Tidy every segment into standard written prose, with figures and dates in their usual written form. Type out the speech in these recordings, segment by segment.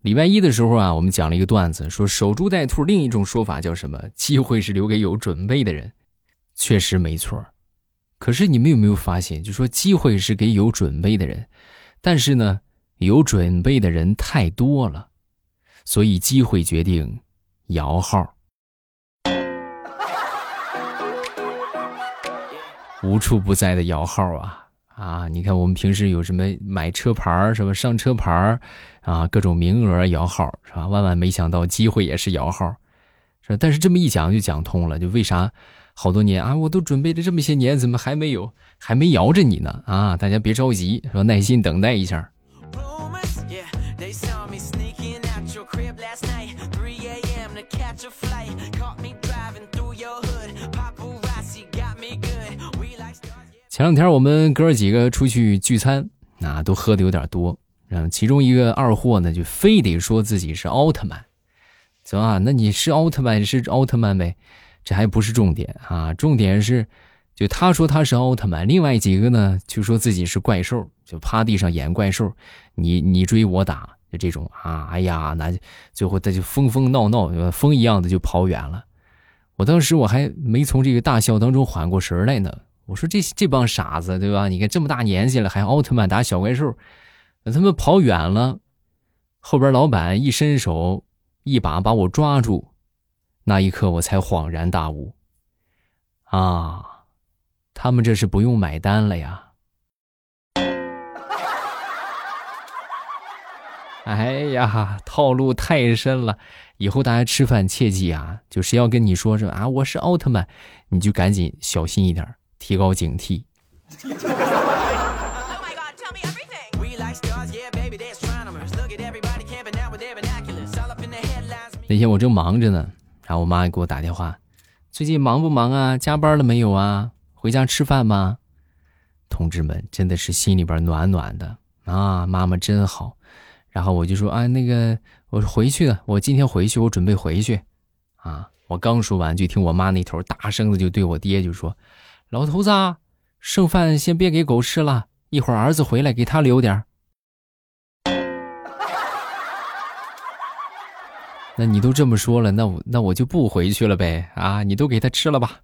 礼拜一的时候啊，我们讲了一个段子，说守株待兔，另一种说法叫什么？机会是留给有准备的人。确实没错。可是你们有没有发现，就说机会是给有准备的人，但是呢，有准备的人太多了，所以机会决定摇号。无处不在的摇号啊！你看我们平时有什么买车牌，什么上车牌啊，各种名额摇号是吧？万万没想到机会也是摇号，是吧？但是这么一讲就讲通了，就为啥好多年啊，我都准备了这么些年，怎么还没摇着你呢？啊，大家别着急，说耐心等待一下。前两天我们哥几个出去聚餐啊，都喝的有点多，其中一个二货呢就非得说自己是奥特曼。走啊，那你是奥特曼是奥特曼呗，这还不是重点啊，重点是就他说他是奥特曼，另外几个呢就说自己是怪兽，就趴地上演怪兽，你追我打，就这种啊，哎呀，那最后他就疯闹疯一样的就跑远了。我当时我还没从这个大笑当中缓过神来呢，我说这帮傻子对吧？你看这么大年纪了还奥特曼打小怪兽，他们跑远了，后边老板一伸手一把把我抓住，那一刻我才恍然大悟啊，他们这是不用买单了呀。哎呀，套路太深了，以后大家吃饭切记啊，就是要跟你说什么啊，我是奥特曼，你就赶紧小心一点，提高警惕。那天我正忙着呢，然后我妈也给我打电话，最近忙不忙啊？加班了没有啊？回家吃饭吗？同志们真的是心里边暖暖的啊，妈妈真好。然后我就说啊，那个我回去了，我今天回去，我准备回去啊。我刚说完，就听我妈那头大声的就对我爹就说，老头子啊，剩饭先别给狗吃了，一会儿儿子回来给他留点。那你都这么说了，那我就不回去了呗啊，你都给他吃了吧。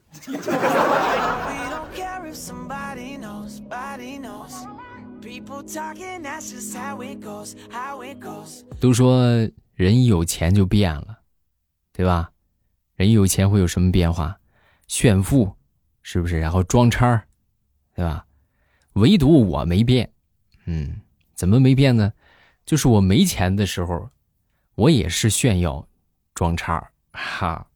都说人一有钱就变了，对吧？人一有钱会有什么变化？炫富，是不是？然后装叉，对吧？唯独我没变。怎么没变呢？就是我没钱的时候，我也是炫耀装叉哈。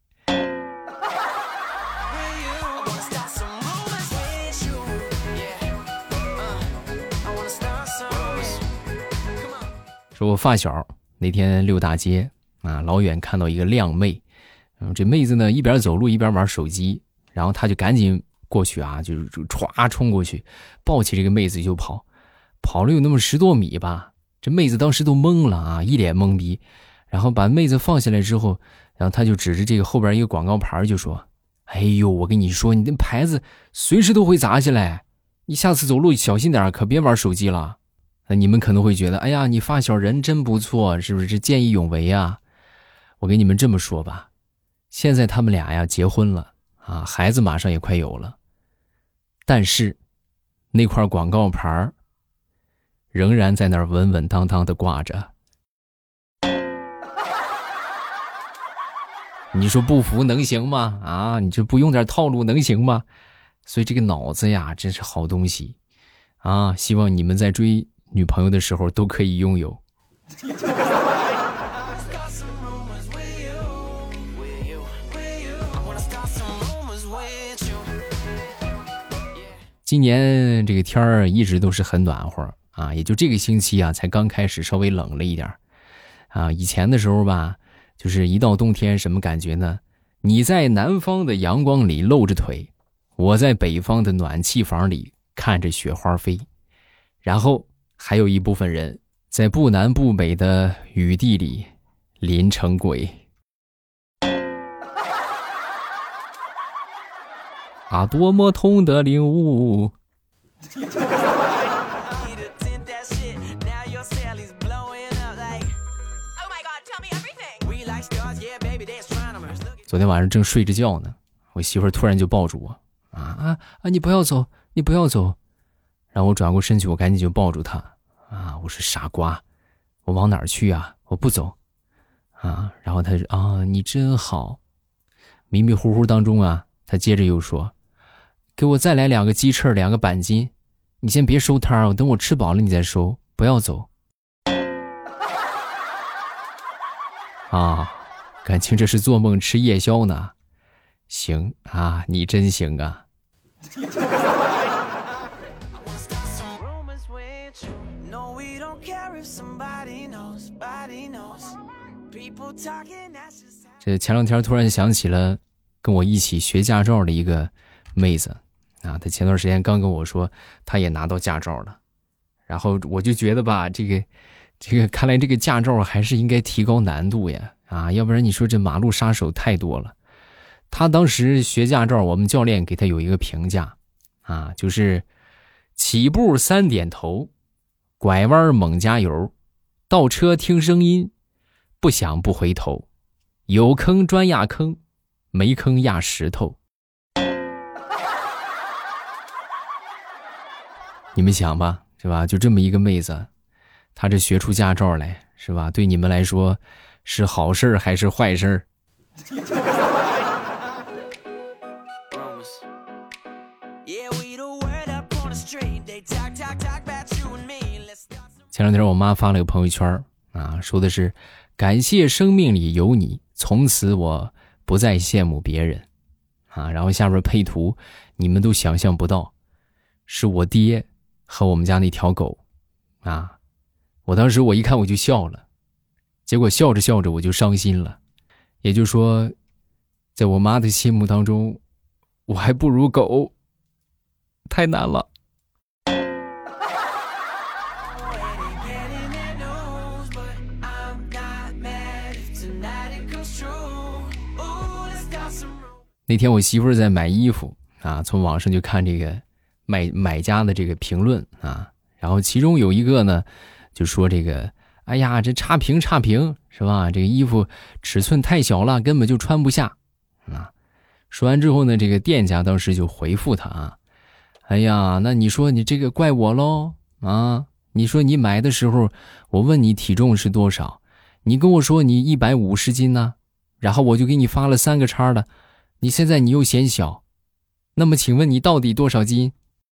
说我发小那天溜大街啊，老远看到一个靓妹，这妹子呢一边走路一边玩手机，然后他就赶紧过去啊，就歘冲过去，抱起这个妹子就跑了有那么10多米吧。这妹子当时都懵了啊，一脸懵逼，然后把妹子放下来之后，然后他就指着这个后边一个广告牌就说，哎呦，我跟你说，你那牌子随时都会砸下来，你下次走路小心点，可别玩手机了。那你们可能会觉得，哎呀，你发小人真不错，是不是见义勇为啊？我跟你们这么说吧，现在他们俩呀结婚了啊，孩子马上也快有了，但是那块广告牌仍然在那儿稳稳当当的挂着。你说不服能行吗？啊，你这不用点套路能行吗？所以这个脑子呀真是好东西啊，希望你们在追女朋友的时候都可以拥有。今年这个天儿一直都是很暖和啊，也就这个星期啊才刚开始稍微冷了一点啊。以前的时候吧，就是一到冬天什么感觉呢？你在南方的阳光里露着腿，我在北方的暖气房里看着雪花飞，然后还有一部分人在不南不北的雨地里淋成鬼。啊，多么痛的领悟。 昨天晚上正睡着觉呢，我媳妇儿突然就抱住我，你不要走，你不要走。然后我转过身去，我赶紧就抱住她，我说傻瓜，我往哪儿去啊？我不走。然后她说你真好。迷迷糊糊当中她接着又说，给我再来2个鸡翅2个板筋，你先别收摊儿，等我吃饱了你再收，不要走。感情这是做梦吃夜宵呢。行你真行啊。这前2天突然想起了跟我一起学驾照的一个妹子她前段时间刚跟我说她也拿到驾照了，然后我就觉得吧，这个看来这个驾照还是应该提高难度呀要不然你说这马路杀手太多了。她当时学驾照，我们教练给她有一个评价就是起步3点头，拐弯猛加油，倒车听声音，不响不回头，有坑专压坑，没坑压石头。你们想吧，是吧？就这么一个妹子，她这学出驾照来，是吧？对你们来说是好事还是坏事？前2天我妈发了个朋友圈说的是感谢生命里有你，从此我不再羡慕别人然后下边配图你们都想象不到，是我爹和我们家那条狗我当时我一看我就笑了，结果笑着笑着我就伤心了。也就是说，在我妈的心目当中，我还不如狗，太难了。那天我媳妇儿在买衣服从网上就看这个买家的这个评论然后其中有一个呢就说这个哎呀这差评是吧，这个衣服尺寸太小了，根本就穿不下说完之后呢，这个店家当时就回复他哎呀那你说你这个怪我咯你说你买的时候我问你体重是多少，你跟我说你150斤呢，然后我就给你发了3个叉的，你现在你又嫌小，那么请问你到底多少斤？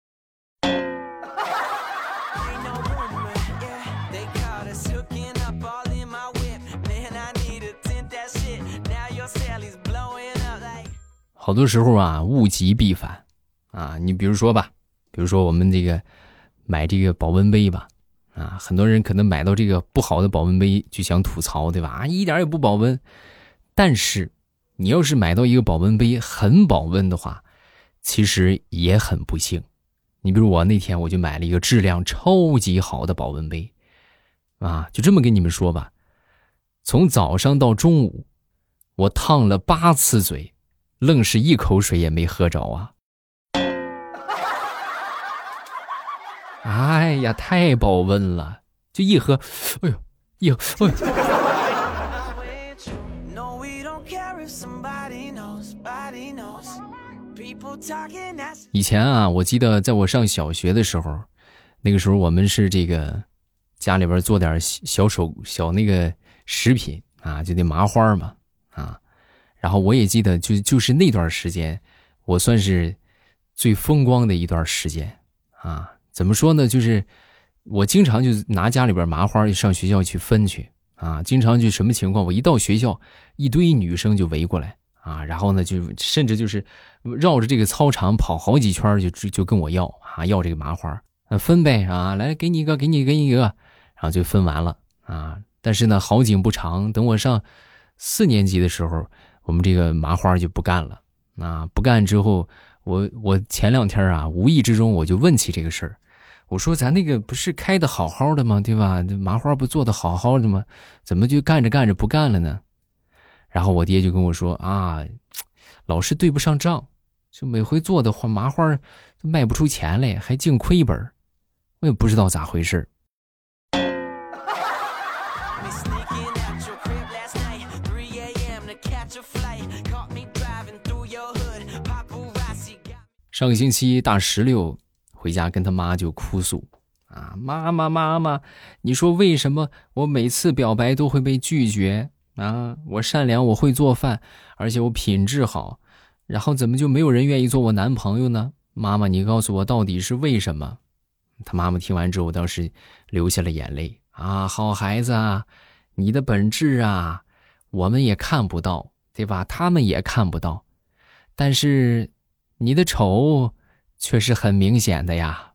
好多时候物极必反你比如说我们这个买这个保温杯吧很多人可能买到这个不好的保温杯就想吐槽，对吧一点也不保温。但是你要是买到一个保温杯很保温的话，其实也很不幸。你比如我那天我就买了一个质量超级好的保温杯就这么跟你们说吧，从早上到中午我烫了8次嘴，愣是一口水也没喝着哎呀太保温了，就一喝以前我记得在我上小学的时候，那个时候我们是这个家里边做点小那个食品就那麻花嘛然后我也记得就是那段时间我算是最风光的一段时间怎么说呢，就是我经常就拿家里边麻花上学校去分去经常就什么情况，我一到学校一堆女生就围过来然后呢就甚至就是绕着这个操场跑好几圈就跟我要这个麻花分呗来给你一个然后就分完了但是呢好景不长，等我上4年级的时候，我们这个麻花就不干了不干之后，我前2天无意之中我就问起这个事儿，我说咱那个不是开的好好的吗，对吧，麻花不做的好好的吗，怎么就干着干着不干了呢？然后我爹就跟我说老是对不上账，就每回做的话麻花卖不出钱来，还净亏本，我也不知道咋回事。 上个星期大16回家跟他妈就哭诉啊，妈妈，你说为什么我每次表白都会被拒绝啊？我善良，我会做饭，而且我品质好，然后怎么就没有人愿意做我男朋友呢？妈妈，你告诉我到底是为什么？他妈妈听完之后当时流下了眼泪啊，好孩子啊，你的本质啊我们也看不到，对吧？他们也看不到，但是你的丑却是很明显的呀。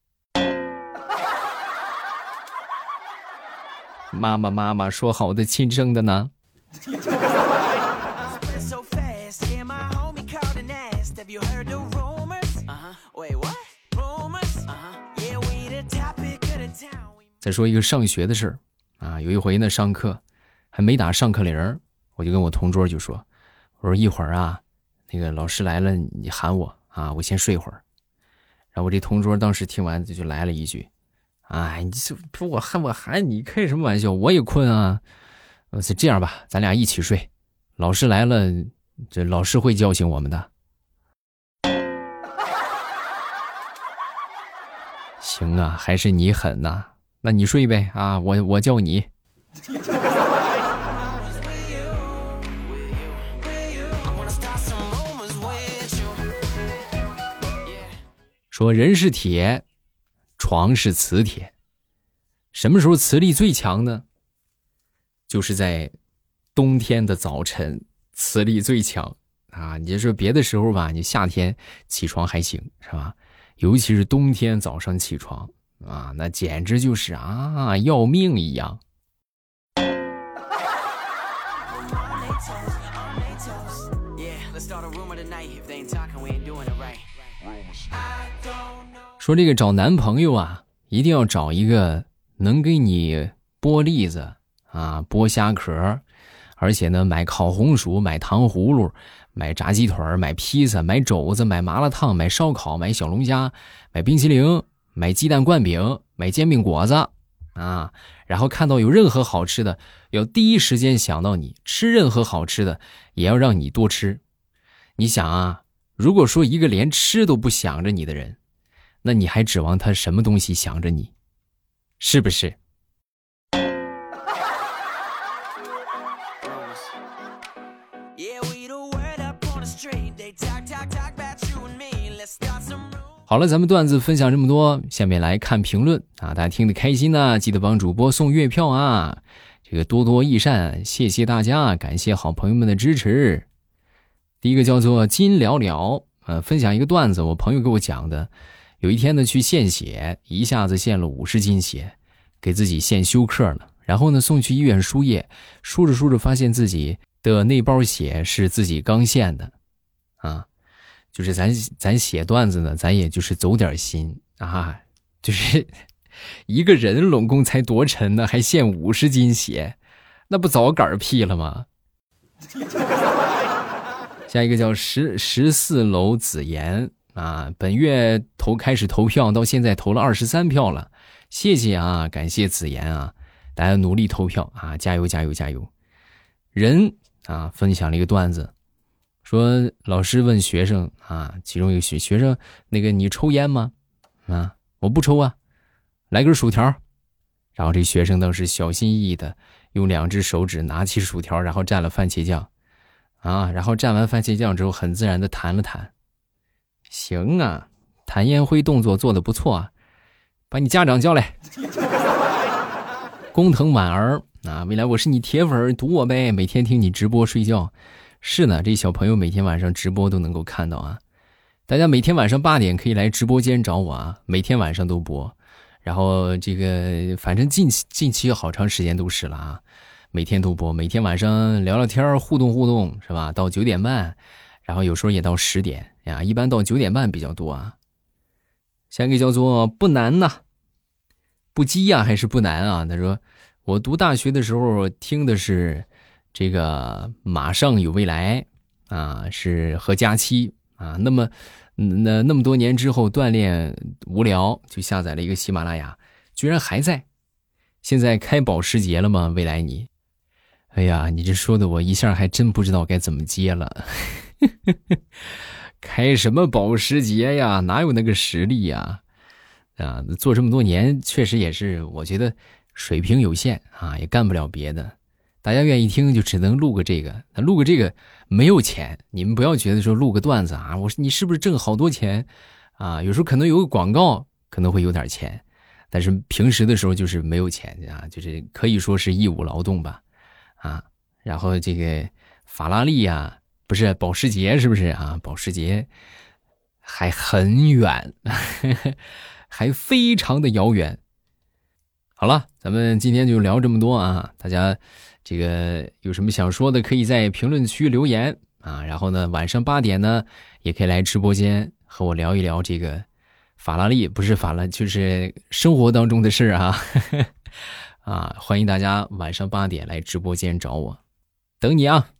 妈妈，说好的亲生的呢？再说一个上学的事儿啊，有一回呢上课还没打上课铃，我就跟我同桌就说，我说一会儿啊，那个老师来了你喊我啊，我先睡会儿。然后我这同桌当时听完就来了一句，哎，你这不我喊你开什么玩笑？我也困啊。这样吧，咱俩一起睡，老师来了，这老师会叫醒我们的。行啊，还是你狠呐，那你睡呗啊，我叫你。说人是铁，床是磁铁，什么时候磁力最强呢？就是在冬天的早晨，磁力最强啊！你就说别的时候吧，你夏天起床还行，是吧？尤其是冬天早上起床啊，那简直就是啊要命一样。说这个找男朋友啊，一定要找一个能给你剥栗子啊，剥虾壳，而且呢买烤红薯，买糖葫芦，买炸鸡腿，买披萨，买肘子，买麻辣烫，买烧烤，买小龙虾，买冰淇淋，买鸡蛋灌饼，买煎饼果子啊，然后看到有任何好吃的要第一时间想到你，吃任何好吃的也要让你多吃。你想啊，如果说一个连吃都不想着你的人，那你还指望他什么东西想着你？是不是？好了，咱们段子分享这么多，下面来看评论啊！大家听得开心呢，记得帮主播送月票啊！这个多多益善，谢谢大家，感谢好朋友们的支持。第一个叫做金了了，分享一个段子，我朋友给我讲的。有一天呢去献血，一下子献了50斤血，给自己献休克了。然后呢送去医院输液，输着发现自己的那包血是自己刚献的啊。就是咱写段子呢，咱也就是走点心啊，就是一个人拢共才多沉呢，还献50斤血，那不早嗝屁了吗？下一个叫14楼子言啊，本月开始投票，到现在投了23票了，谢谢啊，感谢子言啊，大家努力投票啊，加油！人啊，分享了一个段子。说老师问学生啊，其中一个学生，那个你抽烟吗？啊，我不抽啊，来根薯条。然后这学生当时小心翼翼的用2只手指拿起薯条，然后蘸了番茄酱啊，然后蘸完番茄酱之后很自然的弹了弹。行啊，弹烟灰动作做得不错啊，把你家长叫来。工藤婉儿啊，未来我是你铁粉，赌我呗，每天听你直播睡觉。是呢，这小朋友每天晚上直播都能够看到啊！大家每天晚上8点可以来直播间找我啊，每天晚上都播。然后这个反正近期好长时间都是了啊，每天都播，每天晚上聊聊天互动是吧？到9点半，然后有时候也到10点呀，一般到9点半比较多啊。下一个叫做不难呐，不羁呀还是不难啊？他说我读大学的时候听的是这个马上有未来啊，是和佳期啊。那么多年之后锻炼无聊，就下载了一个喜马拉雅，居然还在。现在开保时捷了吗？未来你？哎呀，你这说的我一下还真不知道该怎么接了。 开什么保时捷呀？哪有那个实力呀？啊，做这么多年，确实也是，我觉得水平有限啊，也干不了别的。大家愿意听，就只能录个这个。那录个这个没有钱，你们不要觉得说录个段子啊，你是不是挣好多钱啊？有时候可能有个广告可能会有点钱，但是平时的时候就是没有钱啊，就是可以说是义务劳动吧，啊。然后这个法拉利啊，不是保时捷，是不是啊？保时捷还很远。还非常的遥远。好了，咱们今天就聊这么多啊！大家这个有什么想说的，可以在评论区留言啊。然后呢，晚上8点呢，也可以来直播间和我聊一聊这个法拉利，不是法拉，就是生活当中的事啊。啊，欢迎大家晚上8点来直播间找我，等你啊！